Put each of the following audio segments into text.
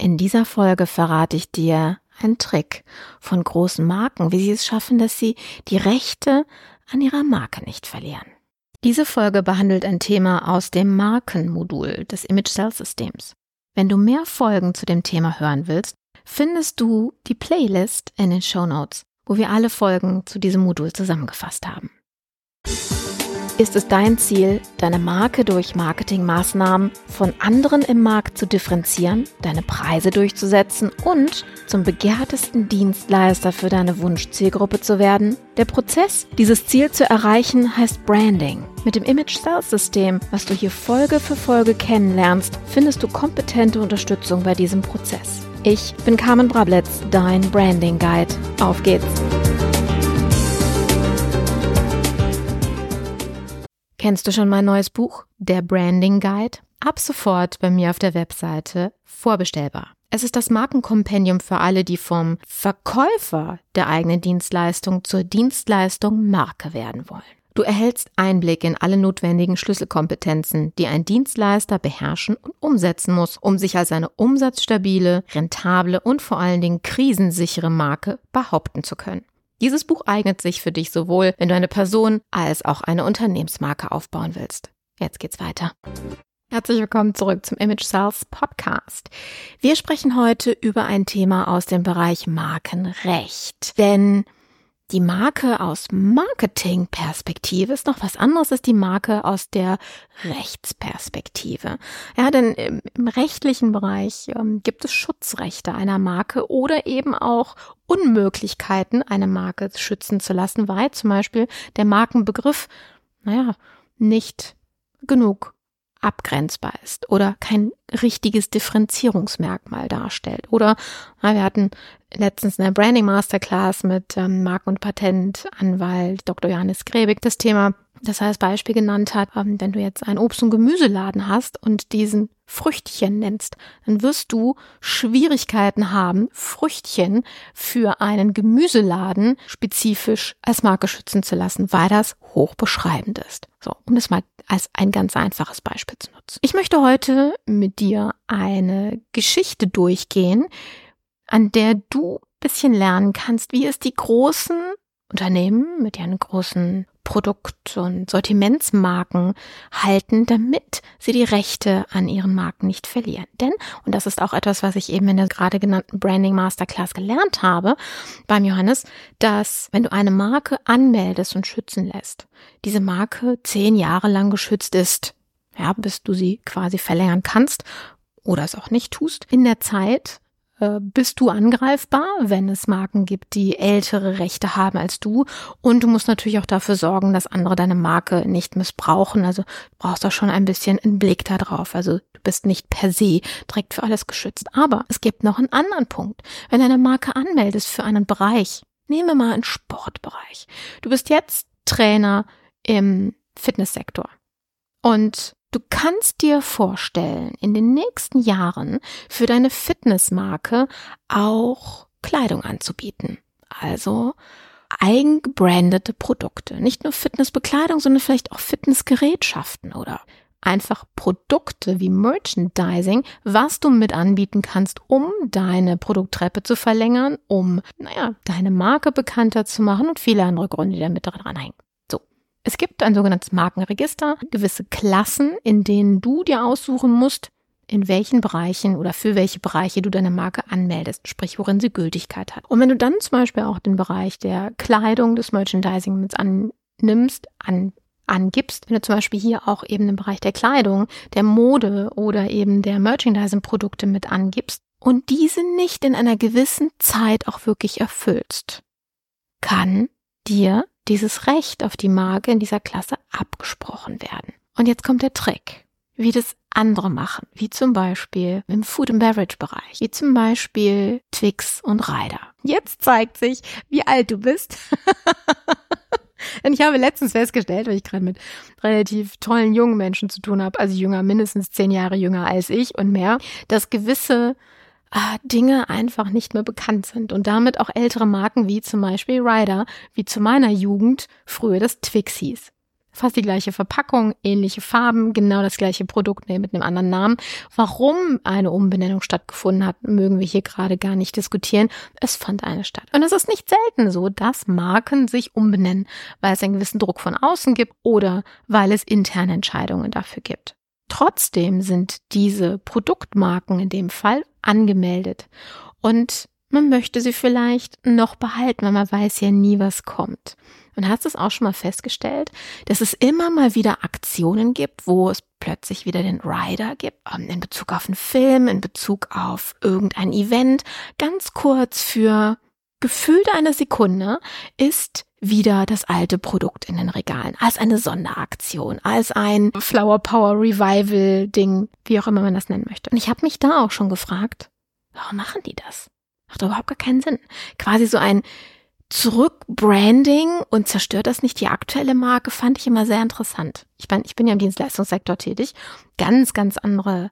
In dieser Folge verrate ich dir einen Trick von großen Marken, wie sie es schaffen, dass sie die Rechte an ihrer Marke nicht verlieren. Diese Folge behandelt ein Thema aus dem Markenmodul des Image Sales Systems. Wenn du mehr Folgen zu dem Thema hören willst, findest du die Playlist in den Shownotes, wo wir alle Folgen zu diesem Modul zusammengefasst haben. Ist es dein Ziel, deine Marke durch Marketingmaßnahmen von anderen im Markt zu differenzieren, deine Preise durchzusetzen und zum begehrtesten Dienstleister für deine Wunschzielgruppe zu werden? Der Prozess, dieses Ziel zu erreichen, heißt Branding. Mit dem Image Sales System, was du hier Folge für Folge kennenlernst, findest du kompetente Unterstützung bei diesem Prozess. Ich bin Carmen Brabletz, dein Branding Guide. Auf geht's! Kennst du schon mein neues Buch, der Branding Guide? Ab sofort bei mir auf der Webseite vorbestellbar. Es ist das Markenkompendium für alle, die vom Verkäufer der eigenen Dienstleistung zur Dienstleistung Marke werden wollen. Du erhältst Einblick in alle notwendigen Schlüsselkompetenzen, die ein Dienstleister beherrschen und umsetzen muss, um sich als eine umsatzstabile, rentable und vor allen Dingen krisensichere Marke behaupten zu können. Dieses Buch eignet sich für dich sowohl, wenn du eine Person als auch eine Unternehmensmarke aufbauen willst. Jetzt geht's weiter. Herzlich willkommen zurück zum Image Sales Podcast. Wir sprechen heute über ein Thema aus dem Bereich Markenrecht. Denn die Marke aus Marketingperspektive ist noch was anderes als die Marke aus der Rechtsperspektive. Ja, denn im rechtlichen Bereich gibt es Schutzrechte einer Marke oder eben auch Unmöglichkeiten, eine Marke schützen zu lassen, weil zum Beispiel der Markenbegriff, nicht genug abgrenzbar ist oder kein richtiges Differenzierungsmerkmal darstellt. Oder wir hatten letztens eine Branding Masterclass mit Marken- und Patentanwalt Dr. Johannes Grebig das Thema, das als Beispiel genannt hat, wenn du jetzt einen Obst- und Gemüseladen hast und diesen Früchtchen nennst, dann wirst du Schwierigkeiten haben, Früchtchen für einen Gemüseladen spezifisch als Marke schützen zu lassen, weil das hochbeschreibend ist. So, um das mal als ein ganz einfaches Beispiel zu nutzen. Ich möchte heute mit dir eine Geschichte durchgehen, an der du ein bisschen lernen kannst, wie es die großen Unternehmen mit ihren großen Produkt- und Sortimentsmarken halten, damit sie die Rechte an ihren Marken nicht verlieren. Denn, und das ist auch etwas, was ich eben in der gerade genannten Branding Masterclass gelernt habe beim Johannes, dass wenn du eine Marke anmeldest und schützen lässt, diese Marke 10 Jahre lang geschützt ist, bis du sie quasi verlängern kannst oder es auch nicht tust. In der Zeit bist du angreifbar, wenn es Marken gibt, die ältere Rechte haben als du. Und du musst natürlich auch dafür sorgen, dass andere deine Marke nicht missbrauchen. Also du brauchst auch schon ein bisschen einen Blick da drauf. Also du bist nicht per se direkt für alles geschützt. Aber es gibt noch einen anderen Punkt. Wenn du eine Marke anmeldest für einen Bereich, nehmen wir mal einen Sportbereich. Du bist jetzt Trainer im Fitnesssektor. Und du kannst dir vorstellen, in den nächsten Jahren für deine Fitnessmarke auch Kleidung anzubieten. Also eigengebrandete Produkte. Nicht nur Fitnessbekleidung, sondern vielleicht auch Fitnessgerätschaften oder einfach Produkte wie Merchandising, was du mit anbieten kannst, um deine Produkttreppe zu verlängern, um, deine Marke bekannter zu machen und viele andere Gründe, die da mit dran hängen. Es gibt ein sogenanntes Markenregister, gewisse Klassen, in denen du dir aussuchen musst, in welchen Bereichen oder für welche Bereiche du deine Marke anmeldest, sprich worin sie Gültigkeit hat. Und wenn du dann zum Beispiel auch den Bereich der Kleidung, des Merchandising mit angibst, wenn du zum Beispiel hier auch eben den Bereich der Kleidung, der Mode oder eben der Merchandising-Produkte mit angibst und diese nicht in einer gewissen Zeit auch wirklich erfüllst, kann dir dieses Recht auf die Marke in dieser Klasse abgesprochen werden. Und jetzt kommt der Trick, wie das andere machen, wie zum Beispiel im Food and Beverage Bereich, wie zum Beispiel Twix und Ryder. Jetzt zeigt sich, wie alt du bist. Denn ich habe letztens festgestellt, weil ich gerade mit relativ tollen jungen Menschen zu tun habe, also jünger, mindestens 10 Jahre jünger als ich und mehr, dass gewisse Dinge einfach nicht mehr bekannt sind und damit auch ältere Marken wie zum Beispiel Ryder, wie zu meiner Jugend früher das Twix hieß. Fast die gleiche Verpackung, ähnliche Farben, genau das gleiche Produkt mit einem anderen Namen. Warum eine Umbenennung stattgefunden hat, mögen wir hier gerade gar nicht diskutieren. Es fand eine statt. Und es ist nicht selten so, dass Marken sich umbenennen, weil es einen gewissen Druck von außen gibt oder weil es interne Entscheidungen dafür gibt. Trotzdem sind diese Produktmarken in dem Fall angemeldet. Und man möchte sie vielleicht noch behalten, weil man weiß ja nie, was kommt. Und hast du es auch schon mal festgestellt, dass es immer mal wieder Aktionen gibt, wo es plötzlich wieder den Rider gibt, in Bezug auf einen Film, in Bezug auf irgendein Event. Ganz kurz für gefühlt eine Sekunde ist wieder das alte Produkt in den Regalen, als eine Sonderaktion, als ein Flower Power Revival Ding, wie auch immer man das nennen möchte. Und ich habe mich da auch schon gefragt, warum machen die das? Macht überhaupt gar keinen Sinn. Quasi so ein Zurückbranding und zerstört das nicht die aktuelle Marke, fand ich immer sehr interessant. Ich bin ja im Dienstleistungssektor tätig. Ganz anderes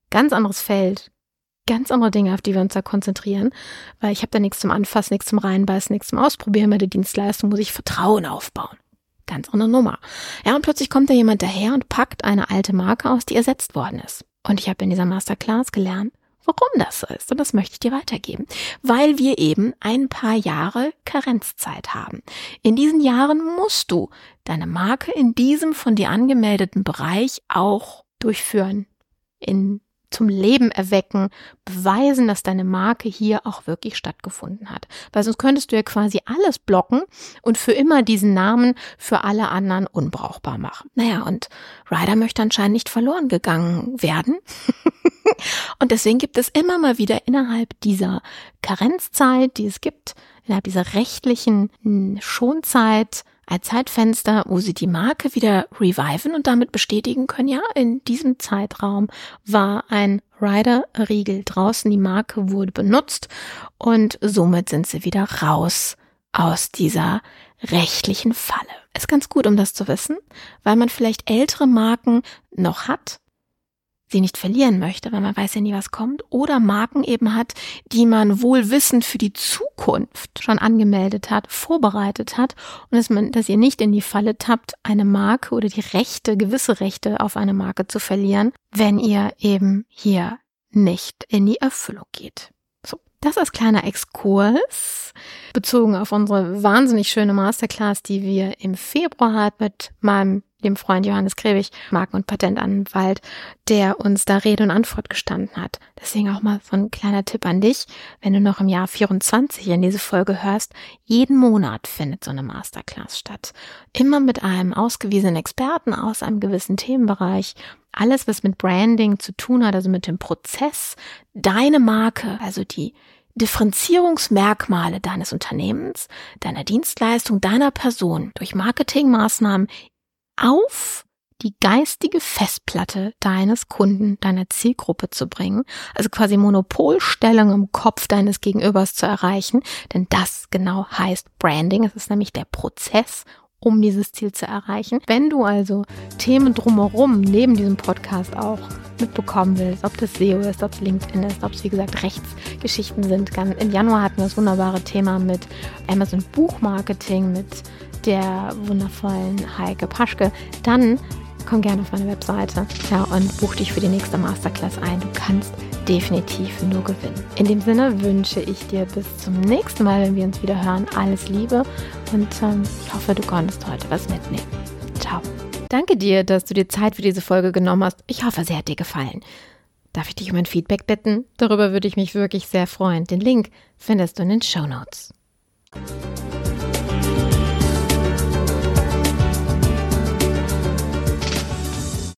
Feld. Ganz andere Dinge, auf die wir uns da konzentrieren. Weil ich habe da nichts zum Anfassen, nichts zum Reinbeißen, nichts zum Ausprobieren. Bei der Dienstleistung muss ich Vertrauen aufbauen. Ganz andere Nummer. Ja, und plötzlich kommt da jemand daher und packt eine alte Marke aus, die ersetzt worden ist. Und ich habe in dieser Masterclass gelernt, warum das so ist. Und das möchte ich dir weitergeben. Weil wir eben ein paar Jahre Karenzzeit haben. In diesen Jahren musst du deine Marke in diesem von dir angemeldeten Bereich auch durchführen. Zum Leben erwecken, beweisen, dass deine Marke hier auch wirklich stattgefunden hat. Weil sonst könntest du ja quasi alles blocken und für immer diesen Namen für alle anderen unbrauchbar machen. Naja, und Rider möchte anscheinend nicht verloren gegangen werden. Und deswegen gibt es immer mal wieder innerhalb dieser Karenzzeit, die es gibt, innerhalb dieser rechtlichen Schonzeit, ein Zeitfenster, wo sie die Marke wieder reviven und damit bestätigen können, ja, in diesem Zeitraum war ein Rider-Riegel draußen, die Marke wurde benutzt und somit sind sie wieder raus aus dieser rechtlichen Falle. Ist ganz gut, um das zu wissen, weil man vielleicht ältere Marken noch hat, sie nicht verlieren möchte, weil man weiß ja nie, was kommt, oder Marken eben hat, die man wohl wissend für die Zukunft schon angemeldet hat, vorbereitet hat und dass ihr nicht in die Falle tappt, eine Marke oder die Rechte, gewisse Rechte auf eine Marke zu verlieren, wenn ihr eben hier nicht in die Erfüllung geht. So, das als kleiner Exkurs, bezogen auf unsere wahnsinnig schöne Masterclass, die wir im Februar hatten mit meinem lieben Freund Johannes Krewig, Marken- und Patentanwalt, der uns da Rede und Antwort gestanden hat. Deswegen auch mal so ein kleiner Tipp an dich, wenn du noch im Jahr 24 in diese Folge hörst, jeden Monat findet so eine Masterclass statt. Immer mit einem ausgewiesenen Experten aus einem gewissen Themenbereich. Alles, was mit Branding zu tun hat, also mit dem Prozess, deine Marke, also die Differenzierungsmerkmale deines Unternehmens, deiner Dienstleistung, deiner Person durch Marketingmaßnahmen auf die geistige Festplatte deines Kunden, deiner Zielgruppe zu bringen, also quasi Monopolstellung im Kopf deines Gegenübers zu erreichen, denn das genau heißt Branding. Es ist nämlich der Prozess, um dieses Ziel zu erreichen. Wenn du also Themen drumherum neben diesem Podcast auch mitbekommen willst, ob das SEO ist, ob es LinkedIn ist, ob es wie gesagt Rechtsgeschichten sind. Im Januar hatten wir das wunderbare Thema mit Amazon Buchmarketing, mit der wundervollen Heike Paschke, dann komm gerne auf meine Webseite und buch dich für die nächste Masterclass ein. Du kannst definitiv nur gewinnen. In dem Sinne wünsche ich dir bis zum nächsten Mal, wenn wir uns wieder hören, alles Liebe und ich hoffe, du konntest heute was mitnehmen. Ciao. Danke dir, dass du dir Zeit für diese Folge genommen hast. Ich hoffe, sie hat dir gefallen. Darf ich dich um ein Feedback bitten? Darüber würde ich mich wirklich sehr freuen. Den Link findest du in den Shownotes.